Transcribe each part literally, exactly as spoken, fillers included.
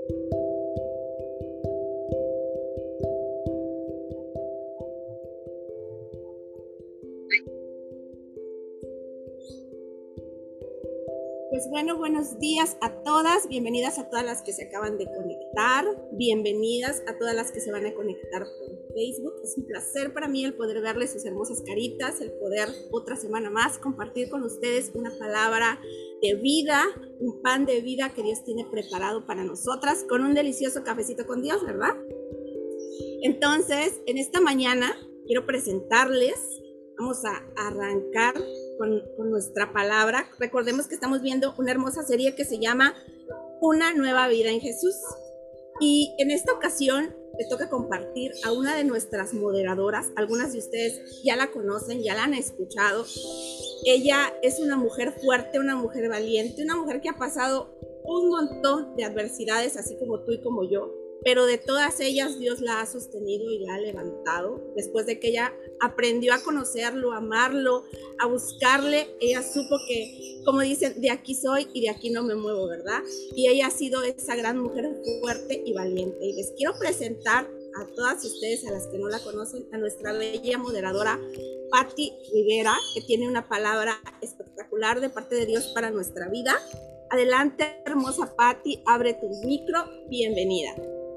Pues bueno, buenos días a todas, bienvenidas a todas las que se acaban de conectar, bienvenidas a todas las que se van a conectar por Facebook. Es un placer para mí el poder verles sus hermosas caritas, el poder otra semana más compartir con ustedes una palabra de vida, un pan de vida que Dios tiene preparado para nosotras con un delicioso cafecito con Dios, ¿verdad? Entonces, en esta mañana quiero presentarles, vamos a arrancar con, con nuestra palabra. Recordemos que estamos viendo una hermosa serie que se llama Una nueva vida en Jesús. Y en esta ocasión me toca compartir a una de nuestras moderadoras. Algunas de ustedes ya la conocen, ya la han escuchado. Ella es una mujer fuerte, una mujer valiente, una mujer que ha pasado un montón de adversidades, así como tú y como yo. Pero de todas ellas Dios la ha sostenido y la ha levantado. Después de que ella aprendió a conocerlo, a amarlo, a buscarle, ella supo que, como dicen, de aquí soy y de aquí no me muevo, ¿verdad? Y ella ha sido esa gran mujer fuerte y valiente. Y les quiero presentar a todas ustedes, a las que no la conocen, a nuestra bella moderadora Patti Rivera, que tiene una palabra espectacular de parte de Dios para nuestra vida. Adelante, hermosa Patti, abre tu micro, bienvenida.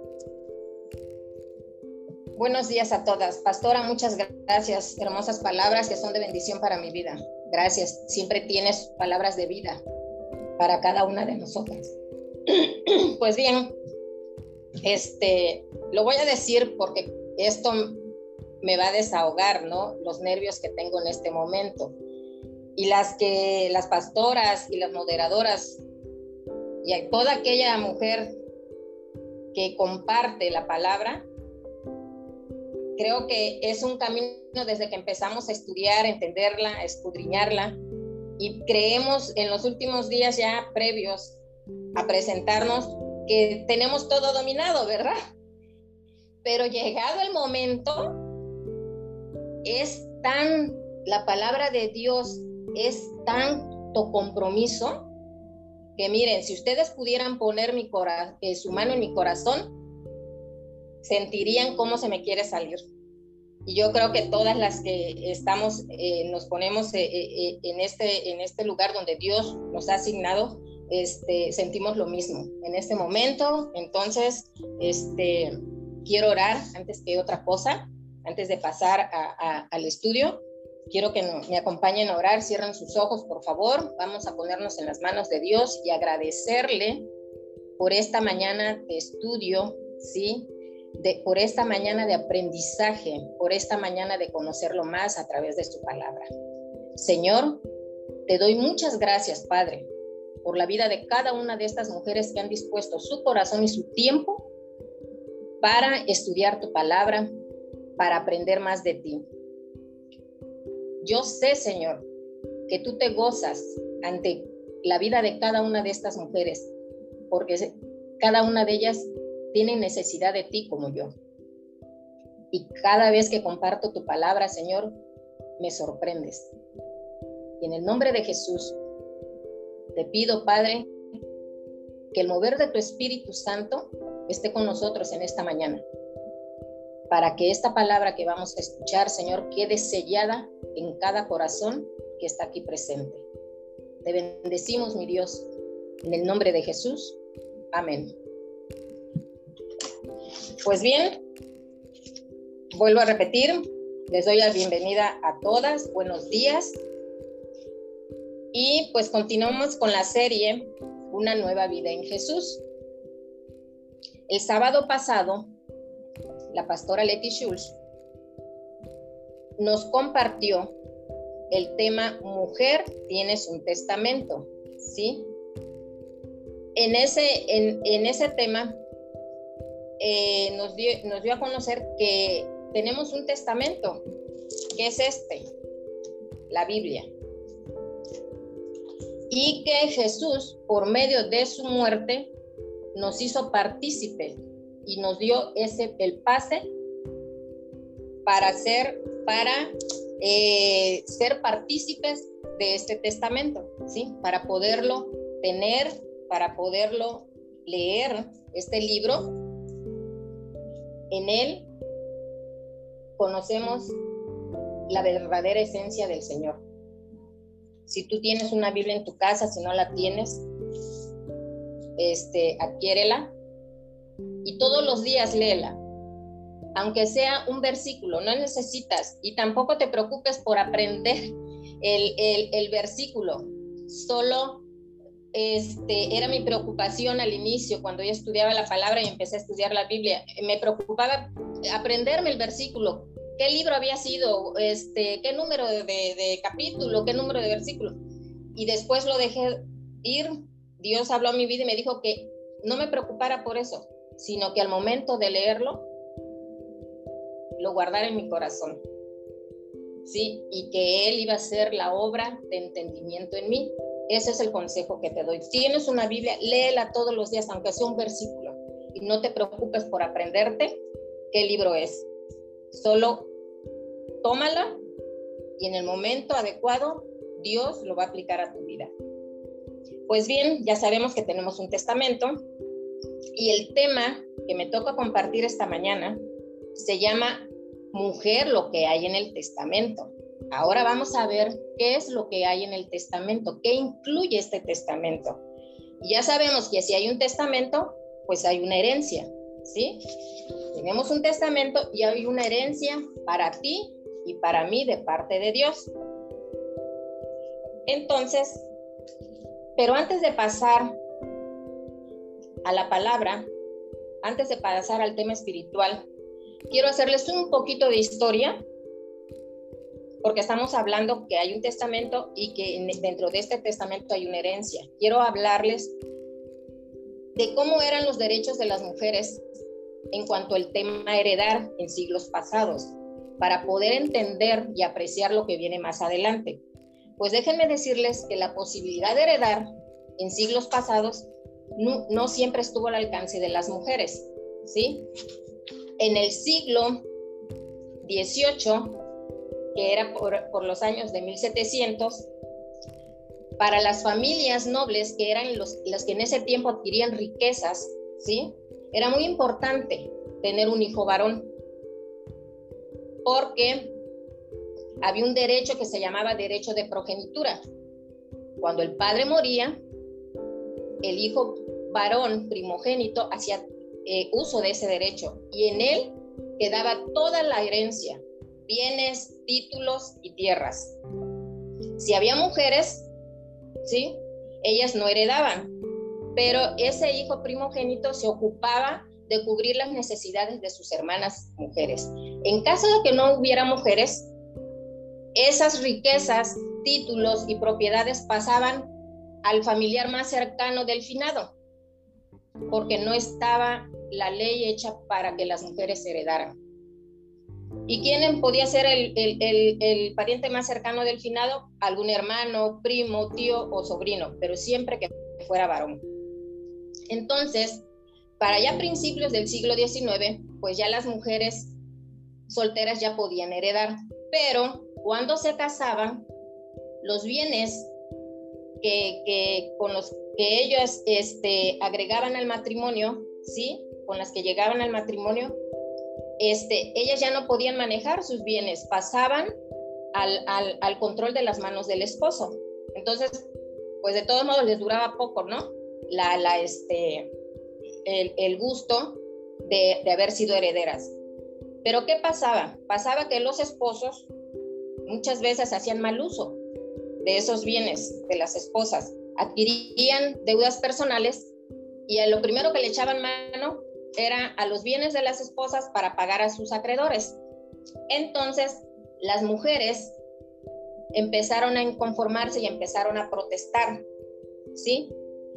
Buenos días a todas. Pastora, muchas gracias. Hermosas palabras que son de bendición para mi vida. Gracias. Siempre tienes palabras de vida para cada una de nosotras. Pues bien, este, lo voy a decir porque esto me va a desahogar, ¿no? Los nervios que tengo en este momento. Y las que, las pastoras y las moderadoras y toda aquella mujer que comparte la palabra, creo que es un camino desde que empezamos a estudiar, entenderla, escudriñarla, y creemos en los últimos días ya previos a presentarnos que tenemos todo dominado, ¿verdad? Pero llegado el momento, es tan, la palabra de Dios es tanto compromiso que miren, si ustedes pudieran poner mi cora- eh, su mano en mi corazón, sentirían cómo se me quiere salir. Y yo creo que todas las que estamos, eh, nos ponemos eh, eh, en, este, en este lugar donde Dios nos ha asignado, este, sentimos lo mismo en este momento. Entonces, este, quiero orar antes que otra cosa, antes de pasar a, a, al estudio. Quiero que no, me acompañen a orar, cierren sus ojos, por favor. Vamos a ponernos en las manos de Dios y agradecerle por esta mañana de estudio, ¿sí? De, por esta mañana de aprendizaje, por esta mañana de conocerlo más a través de su palabra. Señor, te doy muchas gracias, Padre, por la vida de cada una de estas mujeres que han dispuesto su corazón y su tiempo para estudiar tu palabra, para aprender más de ti. Yo sé, Señor, que tú te gozas ante la vida de cada una de estas mujeres, porque cada una de ellas tienen necesidad de ti como yo. Y cada vez que comparto tu palabra, Señor, me sorprendes. Y en el nombre de Jesús, te pido, Padre, que el mover de tu Espíritu Santo esté con nosotros en esta mañana, para que esta palabra que vamos a escuchar, Señor, quede sellada en cada corazón que está aquí presente. Te bendecimos, mi Dios, en el nombre de Jesús. Amén. Pues bien, vuelvo a repetir, les doy la bienvenida a todas, buenos días, y pues continuamos con la serie Una nueva vida en Jesús. El sábado pasado, la pastora Leti Schultz nos compartió el tema Mujer, tienes un testamento, ¿sí? En ese, en, en ese tema, Eh, nos, dio, nos dio a conocer que tenemos un testamento, que es este, la Biblia, y que Jesús, por medio de su muerte, nos hizo partícipe y nos dio ese, el pase para ser, para eh, ser partícipes de este testamento, ¿sí? Para poderlo tener, para poderlo leer este libro, en él conocemos la verdadera esencia del Señor. Si tú tienes una Biblia en tu casa, si no la tienes, este, adquiérela y todos los días léela, aunque sea un versículo, no necesitas, y tampoco te preocupes por aprender el, el, el versículo, solo este, era mi preocupación al inicio, cuando yo estudiaba la palabra y empecé a estudiar la Biblia, me preocupaba aprenderme el versículo, qué libro había sido, este, qué número de, de capítulo, qué número de versículo, y después lo dejé ir. Dios habló a mi vida y me dijo que no me preocupara por eso, sino que al momento de leerlo, lo guardara en mi corazón, ¿sí? Y que Él iba a hacer la obra de entendimiento en mí. Ese es el consejo que te doy. Si tienes una Biblia, léela todos los días, aunque sea un versículo, y no te preocupes por aprenderte qué libro es. Solo tómala y en el momento adecuado Dios lo va a aplicar a tu vida. Pues bien, ya sabemos que tenemos un testamento y el tema que me toca compartir esta mañana se llama Mujer, lo que hay en el testamento. Ahora vamos a ver qué es lo que hay en el testamento, qué incluye este testamento. Y ya sabemos que si hay un testamento, pues hay una herencia, ¿sí? Tenemos un testamento y hay una herencia para ti y para mí de parte de Dios. Entonces, pero antes de pasar a la palabra, antes de pasar al tema espiritual, quiero hacerles un poquito de historia, porque estamos hablando que hay un testamento y que dentro de este testamento hay una herencia. Quiero hablarles de cómo eran los derechos de las mujeres en cuanto al tema heredar en siglos pasados, para poder entender y apreciar lo que viene más adelante. Pues déjenme decirles que la posibilidad de heredar en siglos pasados no, no siempre estuvo al alcance de las mujeres, ¿sí? En el siglo dieciocho, que era por, por los años de mil setecientos, para las familias nobles, que eran los, los que en ese tiempo adquirían riquezas, ¿sí? Era muy importante tener un hijo varón, porque había un derecho que se llamaba derecho de progenitura. Cuando el padre moría, el hijo varón primogénito hacía eh, uso de ese derecho y en él quedaba toda la herencia, bienes, títulos y tierras. Si había mujeres, ¿sí? Ellas no heredaban, pero ese hijo primogénito se ocupaba de cubrir las necesidades de sus hermanas mujeres. En caso de que no hubiera mujeres, esas riquezas, títulos y propiedades pasaban al familiar más cercano del finado, porque no estaba la ley hecha para que las mujeres heredaran. ¿Y quién podía ser el, el, el, el pariente más cercano del finado? Algún hermano, primo, tío o sobrino, pero siempre que fuera varón. Entonces, para ya principios del siglo diecinueve, pues ya las mujeres solteras ya podían heredar, pero cuando se casaban, los bienes que, que con los que ellos este, agregaban al matrimonio, ¿sí? Con las que llegaban al matrimonio, este, ellas ya no podían manejar sus bienes, pasaban al, al, al control de las manos del esposo. Entonces, pues de todos modos les duraba poco, ¿no? La, la, este, el, el gusto de, de haber sido herederas. Pero ¿qué pasaba? Pasaba que los esposos muchas veces hacían mal uso de esos bienes de las esposas, adquirían deudas personales y a lo primero que le echaban mano era a los bienes de las esposas para pagar a sus acreedores. Entonces, las mujeres empezaron a inconformarse y empezaron a protestar, ¿sí?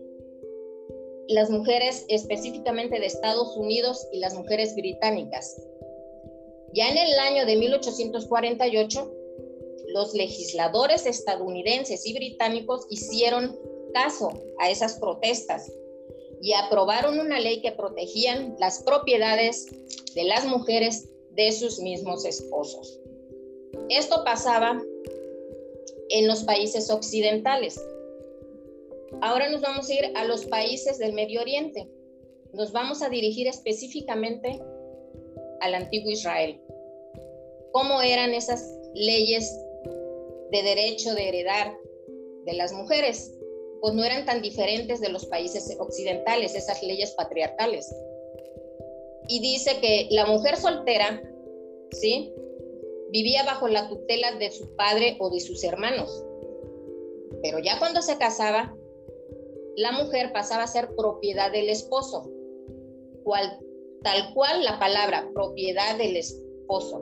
Las mujeres específicamente de Estados Unidos y las mujeres británicas. Ya en el año de mil ochocientos cuarenta y ocho, los legisladores estadounidenses y británicos hicieron caso a esas protestas y aprobaron una ley que protegían las propiedades de las mujeres de sus mismos esposos. Esto pasaba en los países occidentales. Ahora nos vamos a ir a los países del Medio Oriente. nos vamos a dirigir específicamente al antiguo Israel. ¿Cómo eran esas leyes de derecho de heredar de las mujeres? Pues no eran tan diferentes de los países occidentales, esas leyes patriarcales. Y dice que la mujer soltera, ¿sí?, vivía bajo la tutela de su padre o de sus hermanos. Pero ya cuando se casaba, la mujer pasaba a ser propiedad del esposo, cual, tal cual la palabra, propiedad del esposo.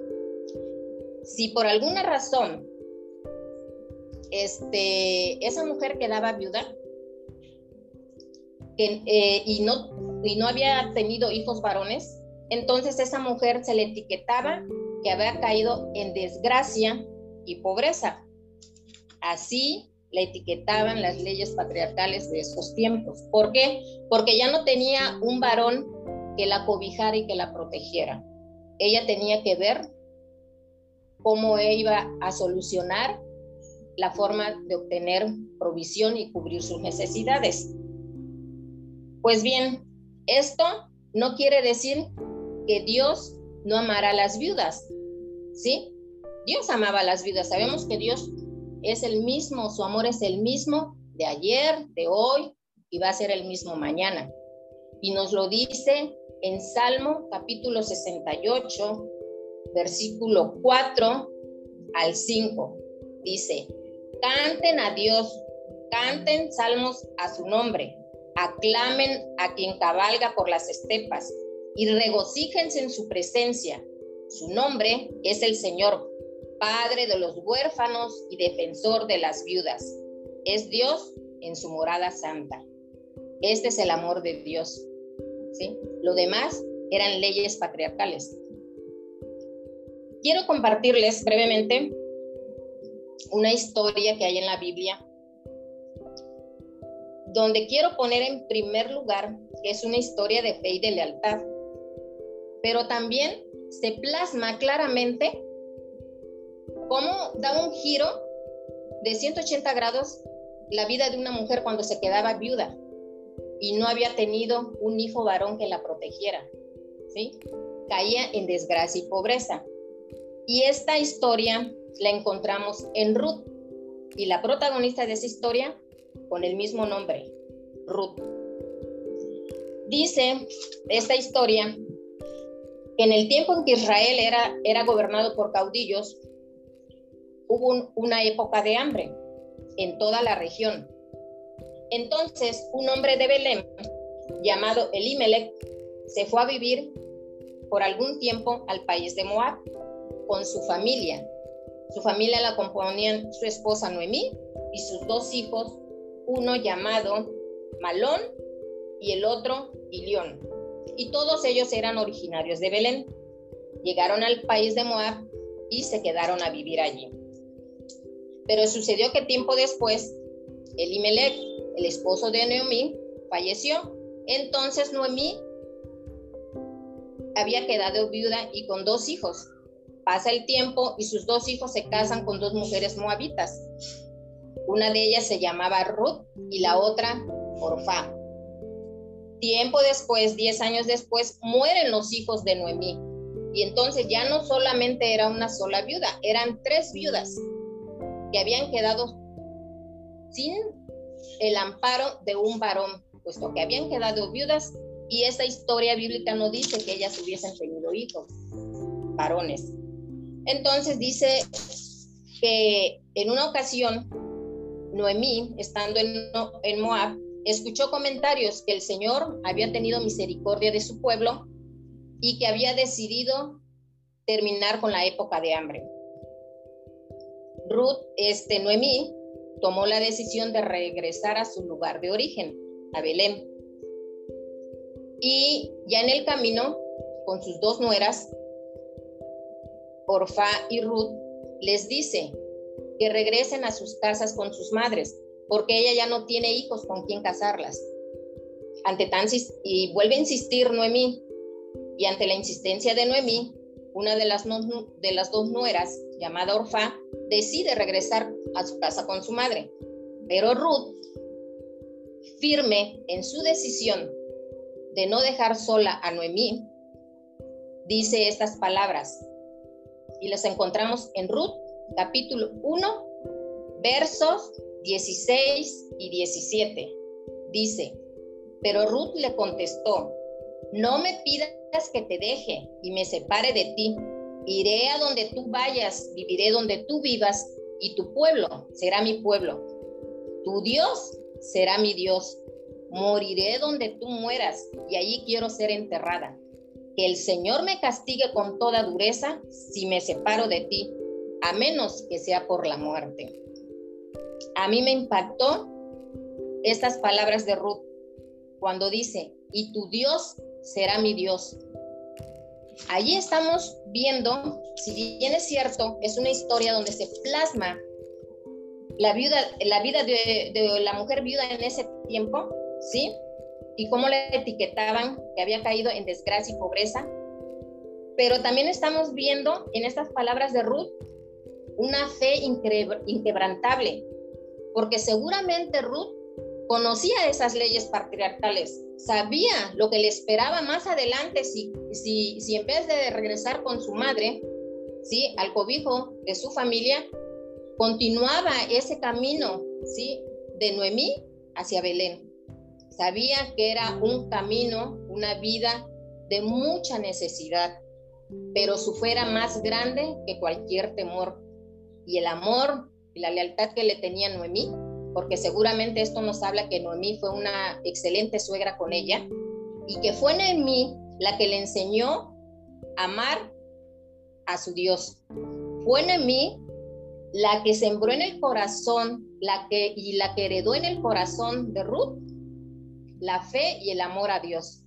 Si por alguna razón este, esa mujer quedaba viuda que, eh, y, no, y no había tenido hijos varones, entonces esa mujer se le etiquetaba que había caído en desgracia y pobreza. Así la etiquetaban las leyes patriarcales de esos tiempos. ¿Por qué? Porque ya no tenía un varón que la cobijara y que la protegiera. Ella tenía que ver cómo iba a solucionar la forma de obtener provisión y cubrir sus necesidades. Pues bien, esto no quiere decir que Dios no amará a las viudas, ¿sí? Dios amaba a las viudas. Sabemos que Dios es el mismo, su amor es el mismo de ayer, de hoy, y va a ser el mismo mañana. Y nos lo dice en Salmo capítulo sesenta y ocho, versículo cuatro al cinco. Dice: canten a Dios, canten salmos a su nombre, aclamen a quien cabalga por las estepas y regocíjense en su presencia. Su nombre es el Señor, Padre de los huérfanos y defensor de las viudas. Es Dios en su morada santa. Este es el amor de Dios, ¿sí? Lo demás eran leyes patriarcales. Quiero compartirles brevemente una historia que hay en la Biblia, donde quiero poner en primer lugar que es una historia de fe y de lealtad, pero también se plasma claramente cómo da un giro de ciento ochenta grados la vida de una mujer cuando se quedaba viuda y no había tenido un hijo varón que la protegiera, ¿sí? Caía en desgracia y pobreza. Y esta historia la encontramos en Ruth, y la protagonista de esa historia con el mismo nombre, Ruth. Dice esta historia que en el tiempo en que Israel era, era gobernado por caudillos, hubo un, una época de hambre en toda la región. Entonces, un hombre de Belén llamado Elimelech se fue a vivir por algún tiempo al país de Moab con su familia. Su familia la componían su esposa Noemí y sus dos hijos, uno llamado Malón y el otro Ilión. Y todos ellos eran originarios de Belén. Llegaron al país de Moab y se quedaron a vivir allí. Pero sucedió que tiempo después, Elimelech, el esposo de Noemí, falleció. Entonces Noemí había quedado viuda y con dos hijos. Pasa el tiempo y sus dos hijos se casan con dos mujeres moabitas. Una de ellas se llamaba Ruth y la otra Orfá. Tiempo después, diez años después, mueren los hijos de Noemí. Y entonces ya no solamente era una sola viuda, eran tres viudas que habían quedado sin el amparo de un varón, puesto que habían quedado viudas, y esta historia bíblica no dice que ellas hubiesen tenido hijos varones. Entonces dice que en una ocasión Noemí, estando en, en Moab, escuchó comentarios que el Señor había tenido misericordia de su pueblo y que había decidido terminar con la época de hambre. Ruth, este, Noemí, tomó la decisión de regresar a su lugar de origen, a Belén. Y ya en el camino, con sus dos nueras, Orfá y Ruth, les dice que regresen a sus casas con sus madres, porque ella ya no tiene hijos con quien casarlas. Ante tan, y vuelve a insistir Noemí, y ante la insistencia de Noemí, una de las, no, de las dos nueras, llamada Orfá, decide regresar a su casa con su madre. Pero Ruth, firme en su decisión de no dejar sola a Noemí, dice estas palabras, y las encontramos en Ruth, capítulo uno, versos dieciséis y diecisiete. Dice: pero Ruth le contestó: no me pidas que te deje y me separe de ti. Iré a donde tú vayas, viviré donde tú vivas, y tu pueblo será mi pueblo. Tu Dios será mi Dios. Moriré donde tú mueras, y allí quiero ser enterrada. Que el Señor me castigue con toda dureza si me separo de ti, a menos que sea por la muerte. A mí me impactó estas palabras de Ruth cuando dice: y tu Dios será mi Dios. Allí estamos viendo, si bien es cierto, es una historia donde se plasma la, viuda, la vida de, de la mujer viuda en ese tiempo, ¿sí? Y cómo le etiquetaban que había caído en desgracia y pobreza. Pero también estamos viendo en estas palabras de Ruth una fe inquebrantable, porque seguramente Ruth conocía esas leyes patriarcales, sabía lo que le esperaba más adelante si, si, si en vez de regresar con su madre, ¿sí?, al cobijo de su familia, continuaba ese camino, ¿sí?, de Noemí hacia Belén. Sabía que era un camino, una vida de mucha necesidad, pero su fe era más grande que cualquier temor. Y el amor y la lealtad que le tenía Noemí, porque seguramente esto nos habla que Noemí fue una excelente suegra con ella, y que fue Noemí la que le enseñó a amar a su Dios. Fue Noemí la que sembró en el corazón, la que, y la que heredó en el corazón de Ruth la fe y el amor a Dios.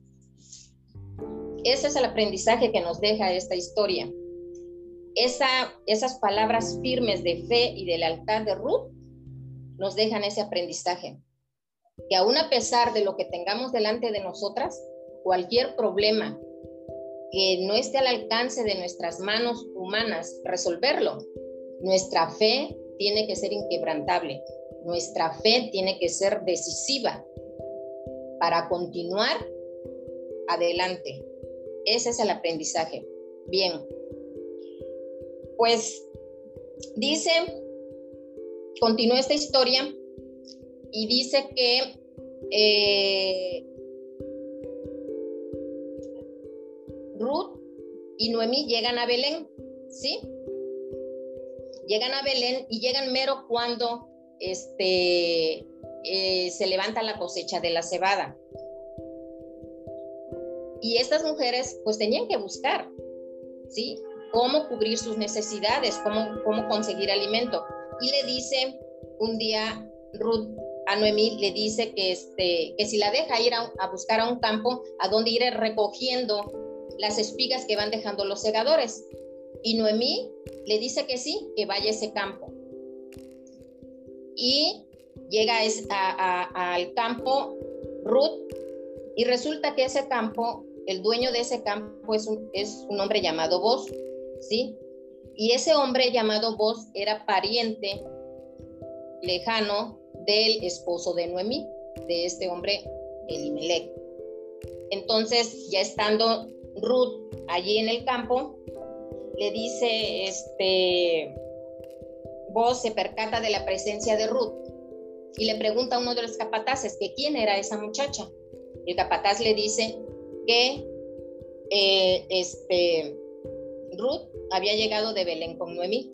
Ese es el aprendizaje que nos deja esta historia. Esa, esas palabras firmes de fe y de lealtad de Ruth nos dejan ese aprendizaje, que aún a pesar de lo que tengamos delante de nosotras, cualquier problema que no esté al alcance de nuestras manos humanas resolverlo, nuestra fe tiene que ser inquebrantable, nuestra fe tiene que ser decisiva para continuar adelante. Ese es el aprendizaje. Bien, pues dice, continúa esta historia y dice que eh, Ruth y Noemí llegan a Belén, ¿sí? Llegan a Belén y llegan mero cuando este, eh, se levanta la cosecha de la cebada. Y estas mujeres pues tenían que buscar, ¿sí?, cómo cubrir sus necesidades, cómo, cómo conseguir alimento. Y le dice un día Ruth a Noemí, le dice que, este, que si la deja ir a, a buscar a un campo a donde ir recogiendo las espigas que van dejando los segadores. Y Noemí le dice que sí, que vaya a ese campo. Y llega a, a, a, al campo Ruth, y resulta que ese campo, el dueño de ese campo es un, es un hombre llamado Boz, ¿sí? Y ese hombre llamado Boz era pariente lejano del esposo de Noemí, de este hombre Elimelech. Entonces, ya estando Ruth allí en el campo, le dice, este, Boz se percata de la presencia de Ruth y le pregunta a uno de los capataces que quién era esa muchacha. El capataz le dice que eh, este, Ruth había llegado de Belén con Noemí.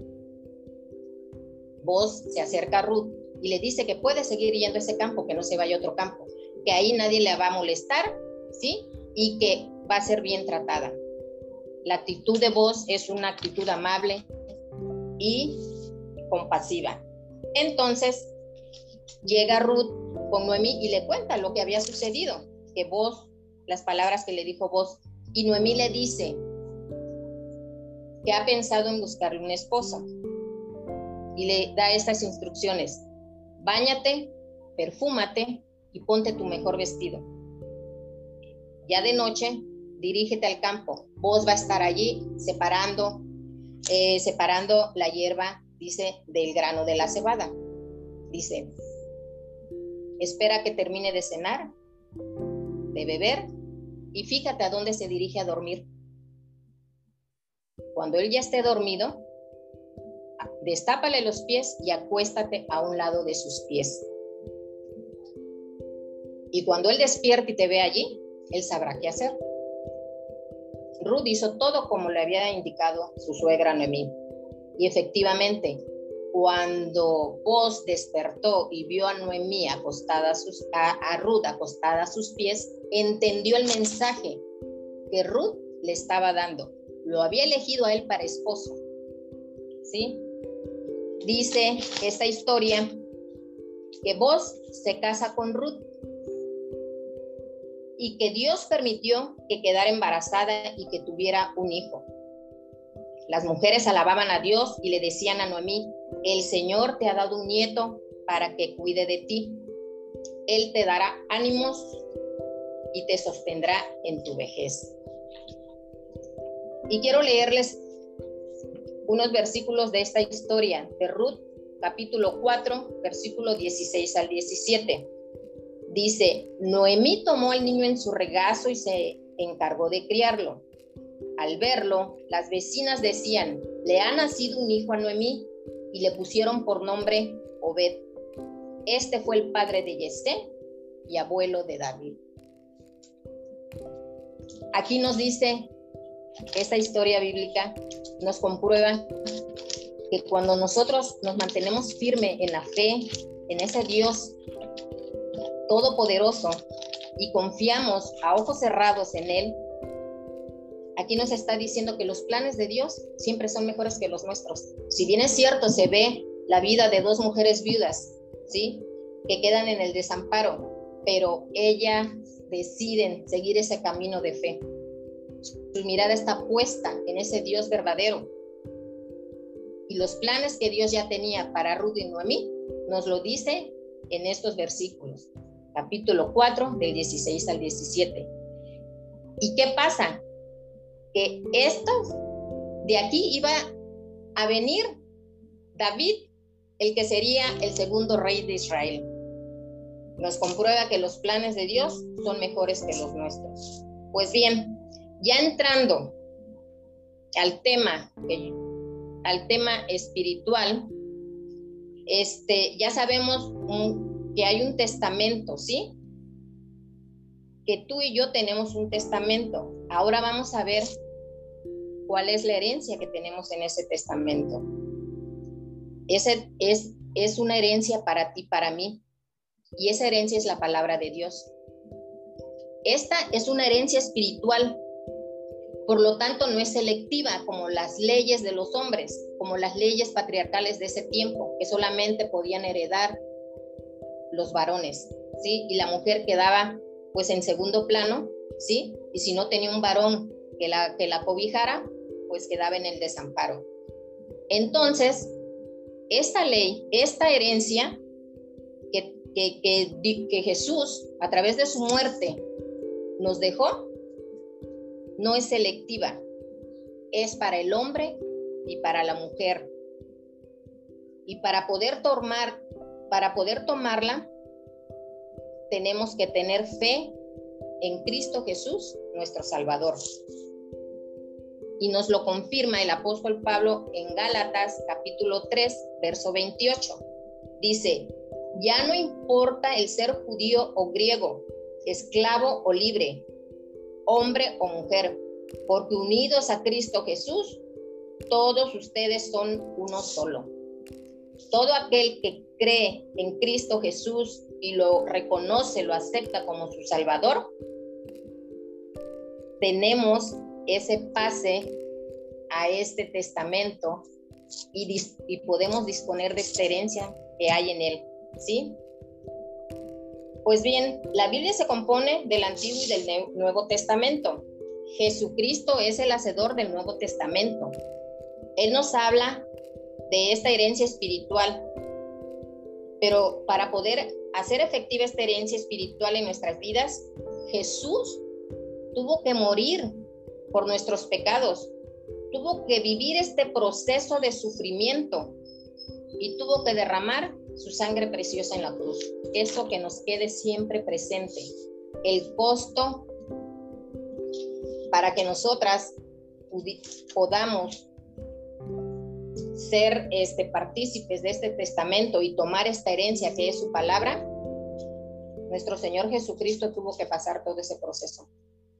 Boz se acerca a Ruth y le dice que puede seguir yendo a ese campo, que no se vaya a otro campo, que ahí nadie le va a molestar, ¿sí? Y que va a ser bien tratada. La actitud de Boz es una actitud amable y compasiva. Entonces llega Ruth con Noemí y le cuenta lo que había sucedido, que Boz, las palabras que le dijo Boz, y Noemí le dice que ha pensado en buscarle una esposa y le da estas instrucciones: báñate, perfúmate y ponte tu mejor vestido. Ya de noche, dirígete al campo. Boz va a estar allí separando, eh, separando la hierba, dice, del grano de la cebada. Dice, espera que termine de cenar, de beber y fíjate a dónde se dirige a dormir. Cuando él ya esté dormido, destápale los pies y acuéstate a un lado de sus pies. Y cuando él despierte y te ve allí, él sabrá qué hacer. Ruth hizo todo como le había indicado su suegra Noemí. Y efectivamente, cuando Boaz despertó y vio a Noemí acostada a, sus, a, a Ruth acostada a sus pies, entendió el mensaje que Ruth le estaba dando. Lo había elegido a él para esposo. ¿Sí? Dice esta historia que Boaz se casa con Ruth y que Dios permitió que quedara embarazada y que tuviera un hijo. Las mujeres alababan a Dios y le decían a Noemí: el Señor te ha dado un nieto para que cuide de ti. Él te dará ánimos y te sostendrá en tu vejez. Y quiero leerles unos versículos de esta historia de Ruth, capítulo cuatro, versículo dieciséis al diecisiete. Dice: Noemí tomó al niño en su regazo y se encargó de criarlo. Al verlo, las vecinas decían: le ha nacido un hijo a Noemí, y le pusieron por nombre Obed. Este fue el padre de Yesé y abuelo de David. Aquí nos dice esta historia bíblica, nos comprueba que cuando nosotros nos mantenemos firmes en la fe, en ese Dios todopoderoso, y confiamos a ojos cerrados en Él, aquí nos está diciendo que los planes de Dios siempre son mejores que los nuestros. Si bien es cierto, se ve la vida de dos mujeres viudas, ¿sí?, que quedan en el desamparo, pero ellas deciden seguir ese camino de fe. Su mirada está puesta en ese Dios verdadero. Y los planes que Dios ya tenía para Ruth y Noemí nos lo dice en estos versículos, capítulo cuatro, del dieciséis al diecisiete. ¿Y qué pasa? Que estos, de aquí iba a venir David, el que sería el segundo rey de Israel. Nos comprueba que los planes de Dios son mejores que los nuestros. Pues bien, ya entrando al tema, al tema espiritual, este, ya sabemos un, que hay un testamento, ¿sí? Que tú y yo tenemos un testamento. Ahora vamos a ver cuál es la herencia que tenemos en ese testamento. Ese es, es una herencia para ti, para mí, y esa herencia es la palabra de Dios. Esta es una herencia espiritual, por lo tanto no es selectiva como las leyes de los hombres, como las leyes patriarcales de ese tiempo, que solamente podían heredar los varones, ¿sí? Y la mujer quedaba pues en segundo plano, ¿sí? Y si no tenía un varón que la, que la cobijara, pues quedaba en el desamparo. Entonces, esta ley, esta herencia que, que, que, que Jesús, a través de su muerte, nos dejó, no es selectiva, es para el hombre y para la mujer. Y para poder tomar, para poder tomarla, tenemos que tener fe en Cristo Jesús, nuestro Salvador. Y nos lo confirma el apóstol Pablo en Gálatas capítulo tres, verso veintiocho. Dice: ya no importa el ser judío o griego, esclavo o libre, hombre o mujer, porque unidos a Cristo Jesús, todos ustedes son uno solo. Todo aquel que cree en Cristo Jesús y lo reconoce, lo acepta como su Salvador, tenemos ese pase a este testamento y, dis- y podemos disponer de esta herencia que hay en él, ¿sí? Pues bien, la Biblia se compone del Antiguo y del ne- Nuevo Testamento. Jesucristo es el hacedor del Nuevo Testamento. Él nos habla de esta herencia espiritual, pero para poder hacer efectiva esta herencia espiritual en nuestras vidas, Jesús tuvo que morir por nuestros pecados, tuvo que vivir este proceso de sufrimiento y tuvo que derramar su sangre preciosa en la cruz. Eso que nos quede siempre presente, el costo para que nosotras podamos ser este, partícipes de este testamento y tomar esta herencia que es su palabra, nuestro Señor Jesucristo tuvo que pasar todo ese proceso.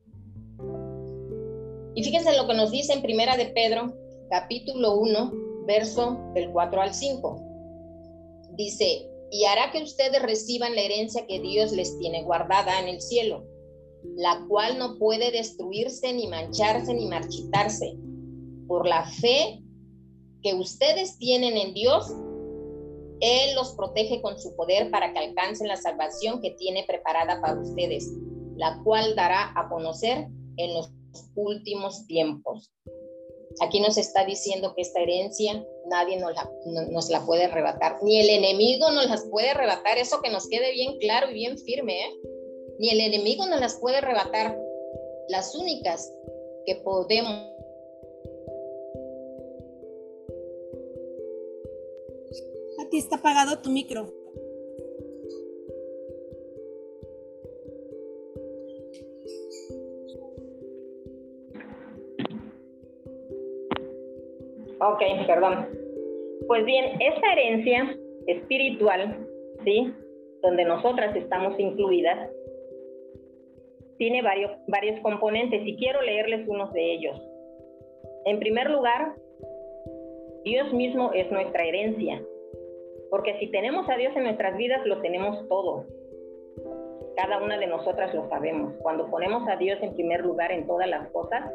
Y fíjense lo que nos dice en Primera de Pedro, capítulo uno, verso del cuatro al cinco. Dice, y hará que ustedes reciban la herencia que Dios les tiene guardada en el cielo, la cual no puede destruirse, ni mancharse, ni marchitarse. Por la fe que ustedes tienen en Dios, Él los protege con su poder para que alcancen la salvación que tiene preparada para ustedes, la cual dará a conocer en los últimos tiempos. Aquí nos está diciendo que esta herencia nadie nos la, no, nos la puede arrebatar, ni el enemigo nos las puede arrebatar. Eso que nos quede bien claro y bien firme, ¿eh? Ni el enemigo nos las puede arrebatar. Las únicas que podemos. A ti está apagado tu micro. Ok, perdón. Pues bien, esta herencia espiritual, ¿sí?, donde nosotras estamos incluidas, tiene varios, varios componentes y quiero leerles unos de ellos. En primer lugar, Dios mismo es nuestra herencia, porque si tenemos a Dios en nuestras vidas, lo tenemos todo. Cada una de nosotras lo sabemos. Cuando ponemos a Dios en primer lugar en todas las cosas,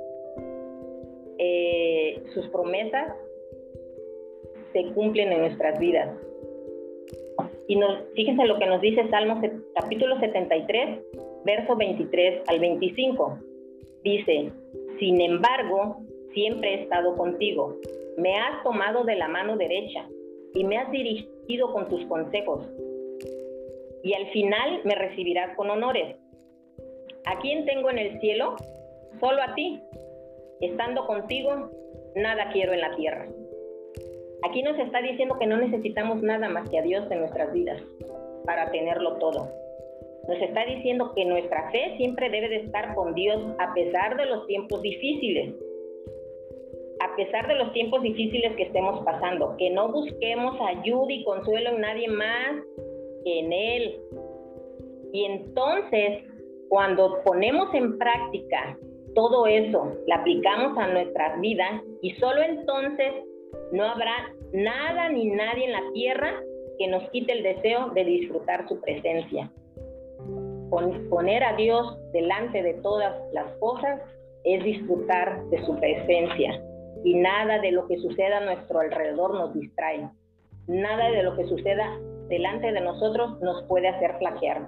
eh, sus promesas se cumplen en nuestras vidas. Y nos, fíjense lo que nos dice Salmos capítulo setenta y tres, verso veintitrés al veinticinco. Dice, sin embargo, siempre he estado contigo. Me has tomado de la mano derecha y me has dirigido con tus consejos. Y al final me recibirás con honores. ¿A quién tengo en el cielo? Solo a ti. Estando contigo, nada quiero en la tierra. Aquí nos está diciendo que no necesitamos nada más que a Dios en nuestras vidas para tenerlo todo. Nos está diciendo que nuestra fe siempre debe de estar con Dios a pesar de los tiempos difíciles. A pesar de los tiempos difíciles que estemos pasando, que no busquemos ayuda y consuelo en nadie más que en Él. Y entonces, cuando ponemos en práctica todo eso, la aplicamos a nuestras vidas, y solo entonces no habrá nada ni nadie en la tierra que nos quite el deseo de disfrutar su presencia. Poner a Dios delante de todas las cosas es disfrutar de su presencia, y nada de lo que suceda a nuestro alrededor nos distrae. Nada de lo que suceda delante de nosotros nos puede hacer flaquear.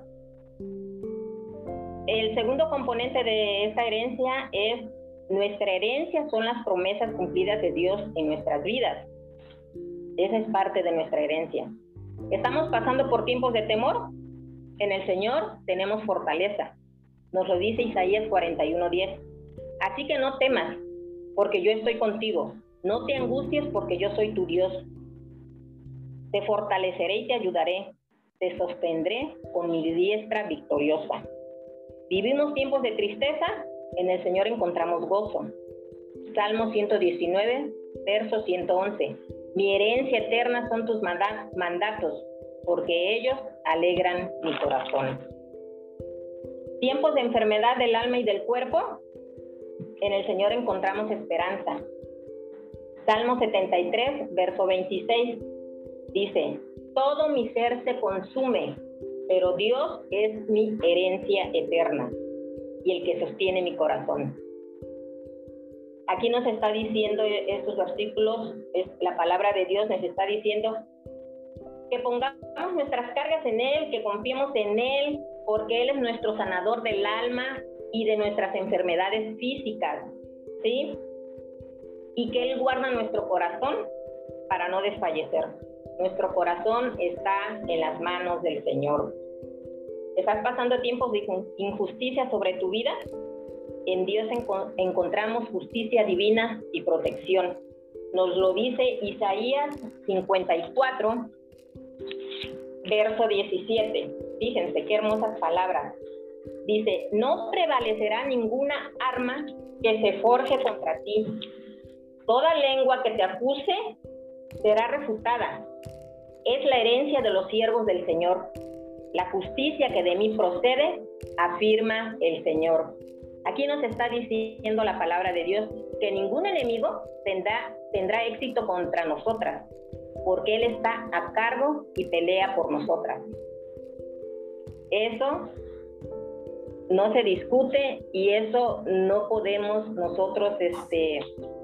El segundo componente de esta herencia es nuestra herencia, son las promesas cumplidas de Dios en nuestras vidas. Esa es parte de nuestra herencia. ¿Estamos pasando por tiempos de temor? En el Señor tenemos fortaleza. Nos lo dice Isaías cuarenta y uno diez. Así que no temas, porque yo estoy contigo. No te angusties, porque yo soy tu Dios. Te fortaleceré y te ayudaré. Te sostendré con mi diestra victoriosa. ¿Vivimos tiempos de tristeza? En el Señor encontramos gozo. Salmo ciento diecinueve, verso ciento once. Mi herencia eterna son tus mandatos, porque ellos alegran mi corazón. Tiempos de enfermedad del alma y del cuerpo, en el Señor encontramos esperanza. Salmo setenta y tres, verso veintiséis, dice, todo mi ser se consume, pero Dios es mi herencia eterna y el que sostiene mi corazón. Aquí nos está diciendo estos versículos, es la palabra de Dios nos está diciendo que pongamos nuestras cargas en Él, que confiemos en Él, porque Él es nuestro sanador del alma y de nuestras enfermedades físicas, ¿sí? Y que Él guarda nuestro corazón para no desfallecer. Nuestro corazón está en las manos del Señor. ¿Estás pasando tiempos de injusticia sobre tu vida? En Dios enco- encontramos justicia divina y protección. Nos lo dice Isaías cincuenta y cuatro, verso diecisiete. Fíjense qué hermosas palabras. Dice, no prevalecerá ninguna arma que se forje contra ti. Toda lengua que te acuse será refutada. Es la herencia de los siervos del Señor. La justicia que de mí procede, afirma el Señor. Aquí nos está diciendo la palabra de Dios que ningún enemigo tendrá, tendrá éxito contra nosotras, porque Él está a cargo y pelea por nosotras. Eso no se discute y eso no podemos nosotros este,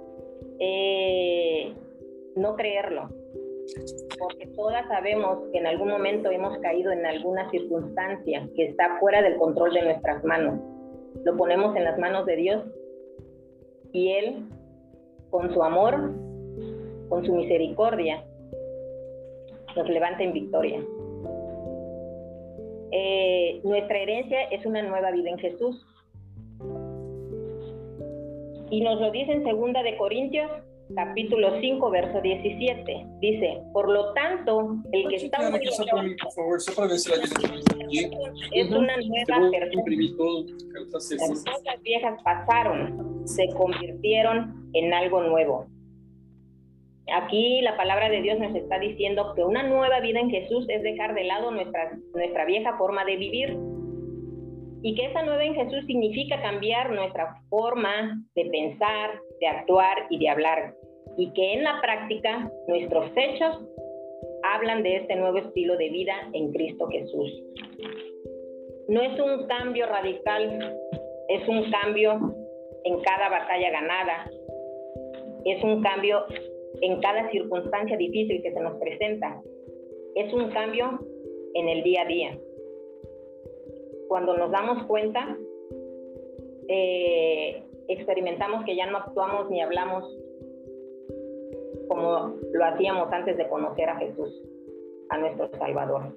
eh, no creerlo, porque todas sabemos que en algún momento hemos caído en alguna circunstancia que está fuera del control de nuestras manos. Lo ponemos en las manos de Dios y Él, con su amor, con su misericordia, nos levanta en victoria. Eh, nuestra herencia es una nueva vida en Jesús. Y nos lo dice en segunda de Corintios, capítulo cinco, verso diecisiete. Dice, por lo tanto, el que está unido es una nueva persona. Las cosas viejas pasaron, se convirtieron en algo nuevo. Aquí la palabra de Dios nos está diciendo que una nueva vida en Jesús es dejar de lado nuestra, nuestra vieja forma de vivir, y que esa nueva en Jesús significa cambiar nuestra forma de pensar, de actuar y de hablar, y que en la práctica nuestros hechos hablan de este nuevo estilo de vida en Cristo Jesús. No es un cambio radical, es un cambio en cada batalla ganada, es un cambio en cada circunstancia difícil que se nos presenta, es un cambio en el día a día. Cuando nos damos cuenta, eh, experimentamos que ya no actuamos ni hablamos como lo hacíamos antes de conocer a Jesús, a nuestro Salvador.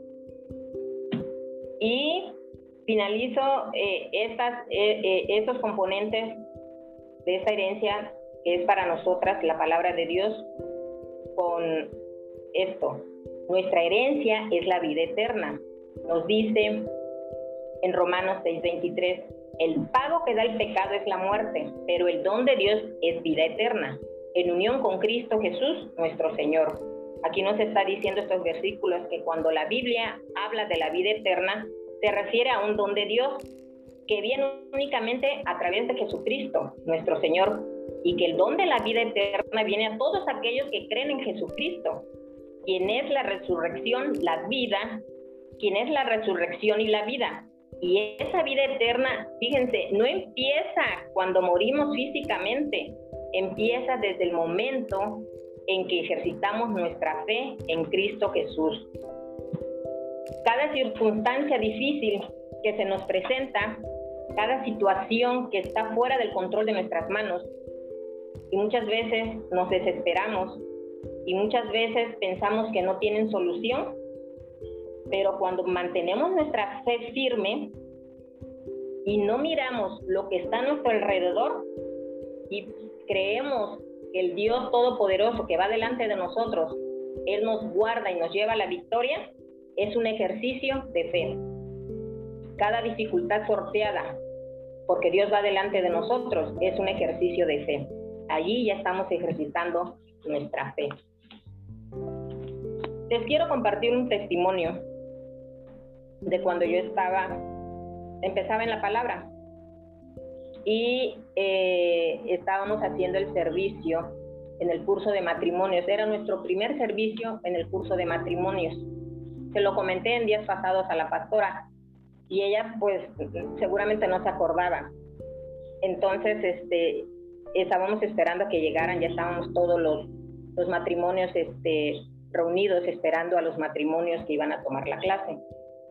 Y finalizo eh, estas, eh, eh, estos componentes de esta herencia que es para nosotras la palabra de Dios con esto. Nuestra herencia es la vida eterna. Nos dice en Romanos seis veintitrés, el pago que da el pecado es la muerte, pero el don de Dios es vida eterna, en unión con Cristo Jesús, nuestro Señor. Aquí nos está diciendo estos versículos que cuando la Biblia habla de la vida eterna, se refiere a un don de Dios que viene únicamente a través de Jesucristo, nuestro Señor, y que el don de la vida eterna viene a todos aquellos que creen en Jesucristo, quien es la resurrección, la vida, quien es la resurrección y la vida. Y esa vida eterna, fíjense, no empieza cuando morimos físicamente, empieza desde el momento en que ejercitamos nuestra fe en Cristo Jesús. Cada circunstancia difícil que se nos presenta, cada situación que está fuera del control de nuestras manos, y muchas veces nos desesperamos y muchas veces pensamos que no tienen solución, pero cuando mantenemos nuestra fe firme y no miramos lo que está a nuestro alrededor y creemos que el Dios Todopoderoso que va delante de nosotros, Él nos guarda y nos lleva a la victoria, es un ejercicio de fe. Cada dificultad sorteada, porque Dios va delante de nosotros, es un ejercicio de fe. Allí ya estamos ejercitando nuestra fe. Les quiero compartir un testimonio de cuando yo estaba, empezaba en la palabra y eh, estábamos haciendo el servicio en el curso de matrimonios. Era nuestro primer servicio en el curso de matrimonios. Se lo comenté en días pasados a la pastora y ella pues seguramente no se acordaba. Entonces este, estábamos esperando a que llegaran, ya estábamos todos los, los matrimonios este, reunidos esperando a los matrimonios que iban a tomar la clase.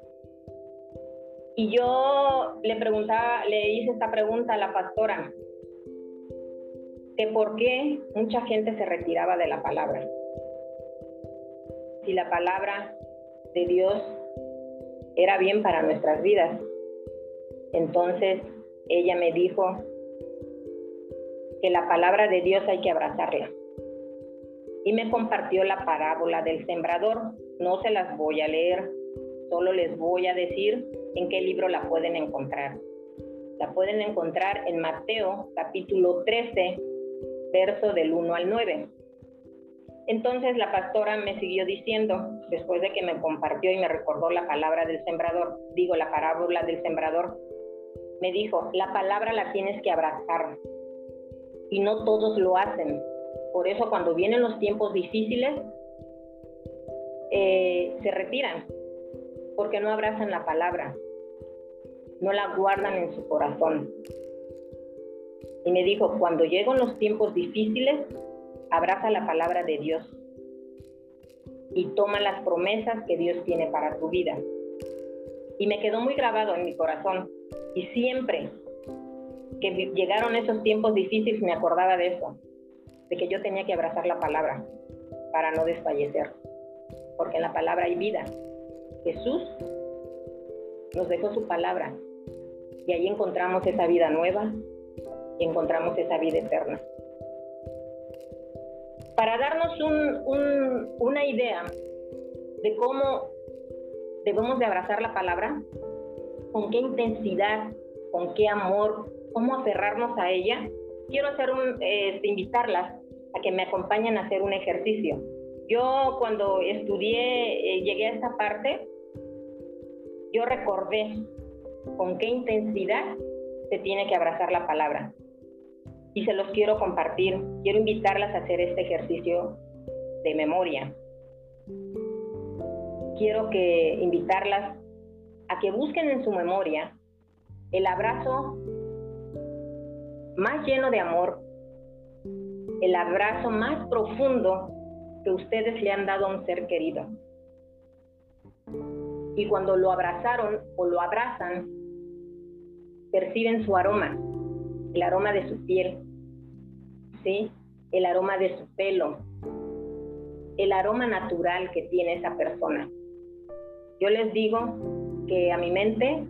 Y yo le preguntaba, le hice esta pregunta a la pastora, que por qué mucha gente se retiraba de la palabra. Si la palabra de Dios era bien para nuestras vidas. Entonces ella me dijo que la palabra de Dios hay que abrazarla. Y me compartió la parábola del sembrador. No se las voy a leer, solo les voy a decir ¿En qué libro la pueden encontrar? La pueden encontrar en Mateo capítulo trece, verso del uno al nueve. Entonces la pastora me siguió diciendo, después de que me compartió y me recordó la palabra del sembrador, digo, la parábola del sembrador, me dijo, la palabra la tienes que abrazar, y no todos lo hacen. Por eso cuando vienen los tiempos difíciles, eh, se retiran, porque no abrazan la palabra, no la guardan en su corazón. Y me dijo, cuando llegan los tiempos difíciles, abraza la palabra de Dios y toma las promesas que Dios tiene para tu vida. Y me quedó muy grabado en mi corazón. Y siempre que llegaron esos tiempos difíciles me acordaba de eso, de que yo tenía que abrazar la palabra para no desfallecer, porque en la palabra hay vida. Jesús nos dejó su palabra y ahí encontramos esa vida nueva y encontramos esa vida eterna. Para darnos un, un, una idea de cómo debemos de abrazar la palabra, con qué intensidad, con qué amor, cómo aferrarnos a ella, quiero hacer un, eh, invitarlas a que me acompañen a hacer un ejercicio. Yo cuando estudié, eh, llegué a esta parte, yo recordé con qué intensidad se tiene que abrazar la palabra. Y se los quiero compartir. Quiero invitarlas a hacer este ejercicio de memoria. Quiero que invitarlas a que busquen en su memoria el abrazo más lleno de amor, el abrazo más profundo que ustedes le han dado a un ser querido. Y cuando lo abrazaron o lo abrazan, perciben su aroma, el aroma de su piel, ¿sí? El aroma de su pelo, el aroma natural que tiene esa persona. Yo les digo que a mi mente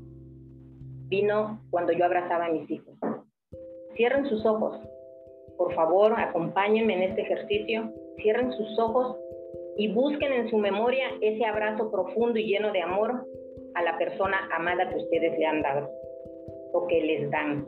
vino cuando yo abrazaba a mis hijos. Cierren sus ojos, por favor, acompáñenme en este ejercicio. Cierren sus ojos y busquen en su memoria ese abrazo profundo y lleno de amor a la persona amada que ustedes le han dado o que les dan.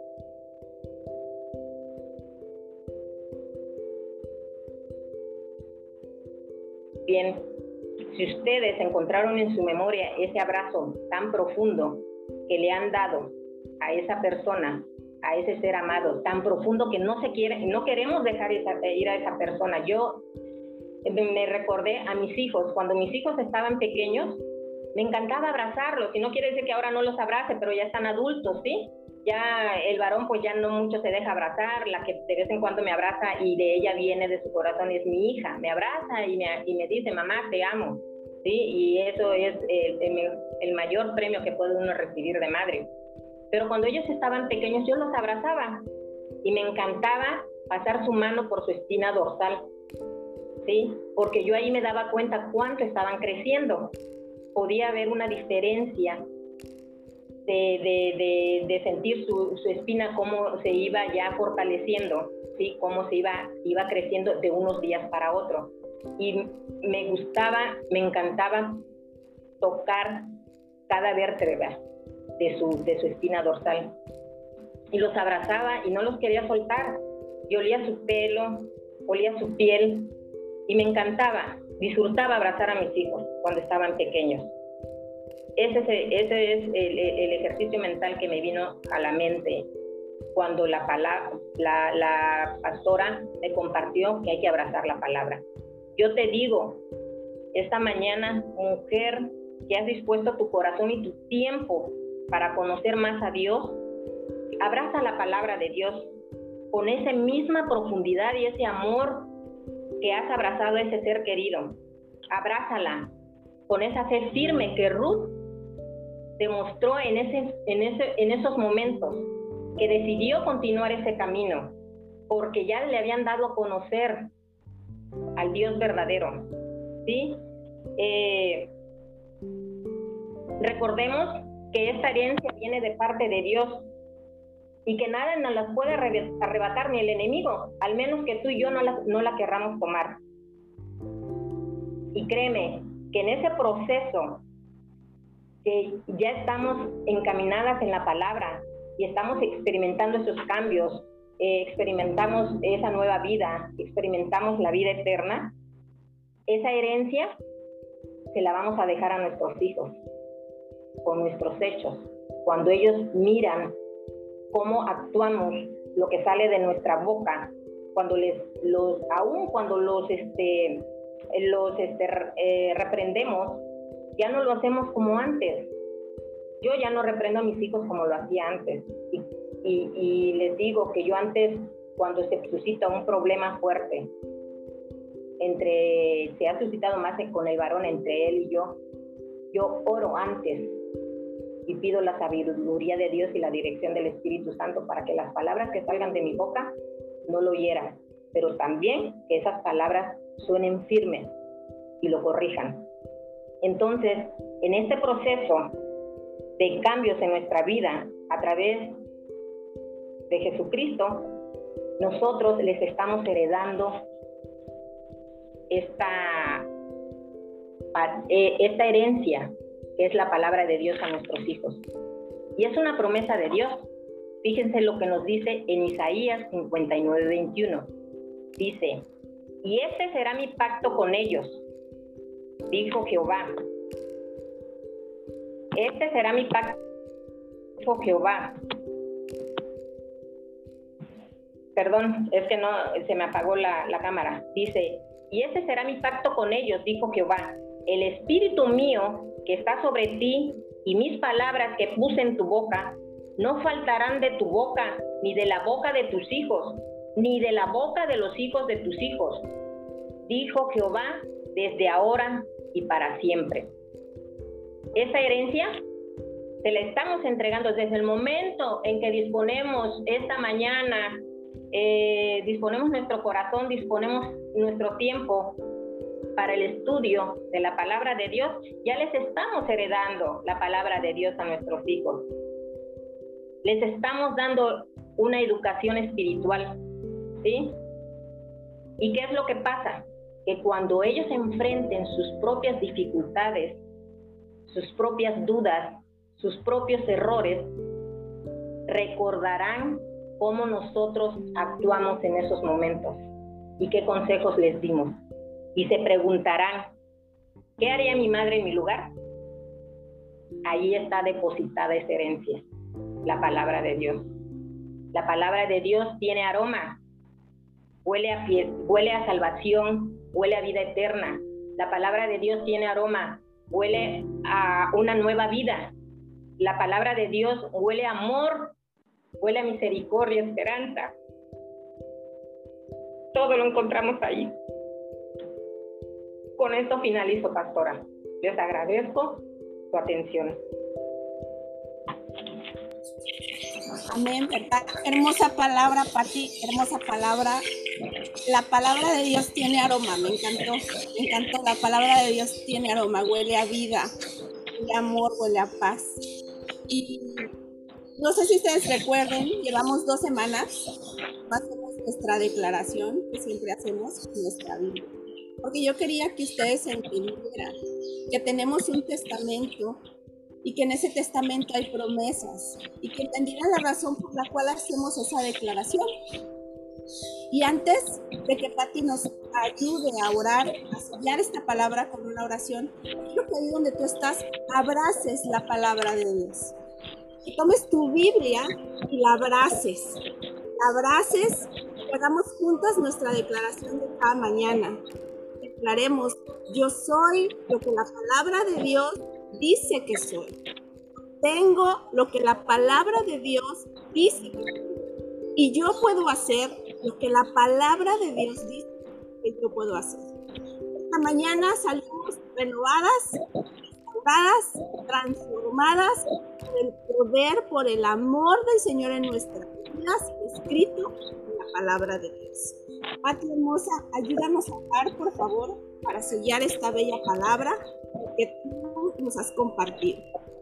Bien, si ustedes encontraron en su memoria ese abrazo tan profundo que le han dado a esa persona, a ese ser amado, tan profundo que no se quiere, no queremos dejar esa, ir a esa persona. Yo me recordé a mis hijos, cuando mis hijos estaban pequeños, me encantaba abrazarlos, y no quiere decir que ahora no los abrace, pero ya están adultos, ¿sí? Ya el varón pues ya no mucho se deja abrazar, la que de vez en cuando me abraza y de ella viene de su corazón es mi hija, me abraza y me, y me dice, mamá, te amo, ¿sí? Y eso es el, el, el mayor premio que puede uno recibir de madre. Pero cuando ellos estaban pequeños yo los abrazaba y me encantaba pasar su mano por su espina dorsal, ¿sí? Porque yo ahí me daba cuenta cuánto estaban creciendo. Podía ver una diferencia de, de, de, de sentir su, su espina, cómo se iba ya fortaleciendo, ¿sí? Cómo se iba, iba creciendo de unos días para otro. Y me gustaba, me encantaba tocar cada vértebra de su, de su espina dorsal. Y los abrazaba y no los quería soltar. Yo olía su pelo, olía su piel y me encantaba, disfrutaba abrazar a mis hijos cuando estaban pequeños. Ese es, ese es el, el ejercicio mental que me vino a la mente cuando la, palabra, la, la pastora me compartió que hay que abrazar la palabra. Yo te digo, esta mañana, mujer, que has dispuesto tu corazón y tu tiempo para conocer más a Dios, abraza la palabra de Dios con esa misma profundidad y ese amor que has abrazado a ese ser querido. Abrázala con esa fe firme que Ruth demostró en, ese, en, ese, en esos momentos, que decidió continuar ese camino, porque ya le habían dado a conocer al Dios verdadero, ¿sí? Eh, recordemos que esta herencia viene de parte de Dios y que nada nos las puede arrebatar ni el enemigo, al menos que tú y yo no la, no la querramos tomar. Y créeme que en ese proceso que ya estamos encaminadas en la palabra y estamos experimentando esos cambios, eh, experimentamos esa nueva vida, experimentamos la vida eterna, esa herencia se la vamos a dejar a nuestros hijos con nuestros hechos. Cuando ellos miran cómo actuamos, lo que sale de nuestra boca, cuando les, los, aún cuando los, este, los este, eh, reprendemos, ya no lo hacemos como antes. Yo ya no reprendo a mis hijos como lo hacía antes. Y, y, y les digo que yo antes, cuando se suscita un problema fuerte, entre, se ha suscitado más con el varón, entre él y yo, yo oro antes y pido la sabiduría de Dios y la dirección del Espíritu Santo para que las palabras que salgan de mi boca no lo hieran, pero también que esas palabras suenen firmes y lo corrijan. Entonces, en este proceso de cambios en nuestra vida a través de Jesucristo, nosotros les estamos heredando esta, esta herencia que es la palabra de Dios a nuestros hijos. Y es una promesa de Dios. Fíjense lo que nos dice en Isaías cincuenta y nueve, veintiuno. Dice, y este será mi pacto con ellos, dijo Jehová. Este será mi pacto, dijo Jehová. Perdón, es que no, se me apagó la, la cámara. Dice, y este será mi pacto con ellos, dijo Jehová. El espíritu mío que está sobre ti y mis palabras que puse en tu boca no faltarán de tu boca, ni de la boca de tus hijos, ni de la boca de los hijos de tus hijos, dijo Jehová, desde ahora y para siempre. Esa herencia se la estamos entregando desde el momento en que disponemos esta mañana, eh, disponemos nuestro corazón, disponemos nuestro tiempo para el estudio de la palabra de Dios, ya les estamos heredando la palabra de Dios a nuestros hijos. Les estamos dando una educación espiritual, ¿sí? ¿Y qué es lo que pasa? Que cuando ellos enfrenten sus propias dificultades, sus propias dudas, sus propios errores, recordarán cómo nosotros actuamos en esos momentos y qué consejos les dimos. Y se preguntarán, ¿qué haría mi madre en mi lugar? Ahí está depositada esa herencia, la palabra de Dios. La palabra de Dios tiene aroma, huele a, huele a salvación, huele a vida eterna. La palabra de Dios tiene aroma, huele a una nueva vida. La palabra de Dios huele a amor, huele a misericordia, esperanza. Todo lo encontramos ahí. Con esto finalizo, pastora. Les agradezco su atención. Amén, ¿verdad? Hermosa palabra, Pati, hermosa palabra. La palabra de Dios tiene aroma, me encantó, me encantó. La palabra de Dios tiene aroma, huele a vida, huele a amor, huele a paz. Y no sé si ustedes recuerden, llevamos dos semanas, hacemos nuestra declaración que siempre hacemos en nuestra Biblia. Porque yo quería que ustedes entendieran que tenemos un testamento y que en ese testamento hay promesas y que entendieran la razón por la cual hacemos esa declaración. Y antes de que Pati nos ayude a orar, a sellar esta palabra con una oración, quiero que ahí donde tú estás abraces la palabra de Dios. Que tomes tu Biblia y la abraces. La abraces y hagamos juntas nuestra declaración de cada mañana. Declaremos, yo soy lo que la palabra de Dios dice que soy. Tengo lo que la palabra de Dios dice que soy. Y yo puedo hacer lo que la palabra de Dios dice que yo puedo hacer. Esta mañana salimos renovadas, restauradas, transformadas por el poder, por el amor del Señor en nuestras vidas, escrito en la palabra de Dios. Pati hermosa, ayúdanos a orar, por favor, para sellar esta bella palabra que tú nos has compartido.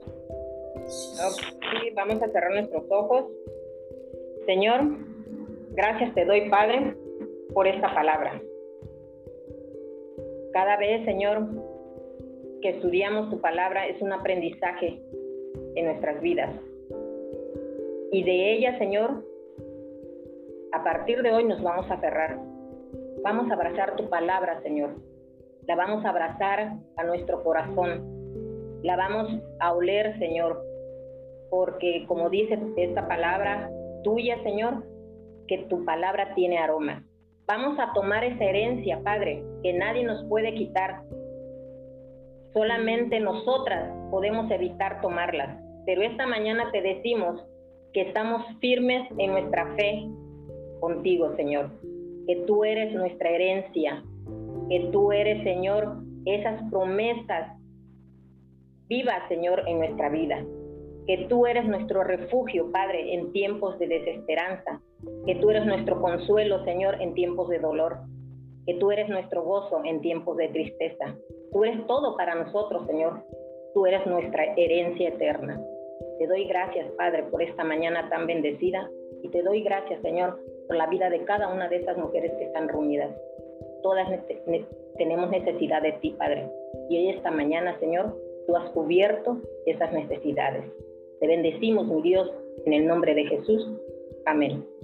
Sí, vamos a cerrar nuestros ojos. Señor, gracias te doy, Padre, por esta palabra. Cada vez, Señor, que estudiamos tu palabra es un aprendizaje en nuestras vidas. Y de ella, Señor, a partir de hoy nos vamos a aferrar. Vamos a abrazar tu palabra, Señor. La vamos a abrazar a nuestro corazón. La vamos a oler, Señor. Porque como dice esta palabra tuya, Señor, que tu palabra tiene aroma. Vamos a tomar esa herencia, Padre, que nadie nos puede quitar. Solamente nosotras podemos evitar tomarlas. Pero esta mañana te decimos que estamos firmes en nuestra fe contigo, Señor. Que tú eres nuestra herencia. Que tú eres, Señor, esas promesas vivas, Señor, en nuestra vida. Que tú eres nuestro refugio, Padre, en tiempos de desesperanza. Que tú eres nuestro consuelo, Señor, en tiempos de dolor. Que tú eres nuestro gozo en tiempos de tristeza. Tú eres todo para nosotros, Señor. Tú eres nuestra herencia eterna. Te doy gracias, Padre, por esta mañana tan bendecida. Y te doy gracias, Señor, por la vida de cada una de esas mujeres que están reunidas. Todas ne- ne- tenemos necesidad de ti, Padre. Y hoy, esta mañana, Señor, tú has cubierto esas necesidades. Te bendecimos, mi Dios, en el nombre de Jesús. Amén.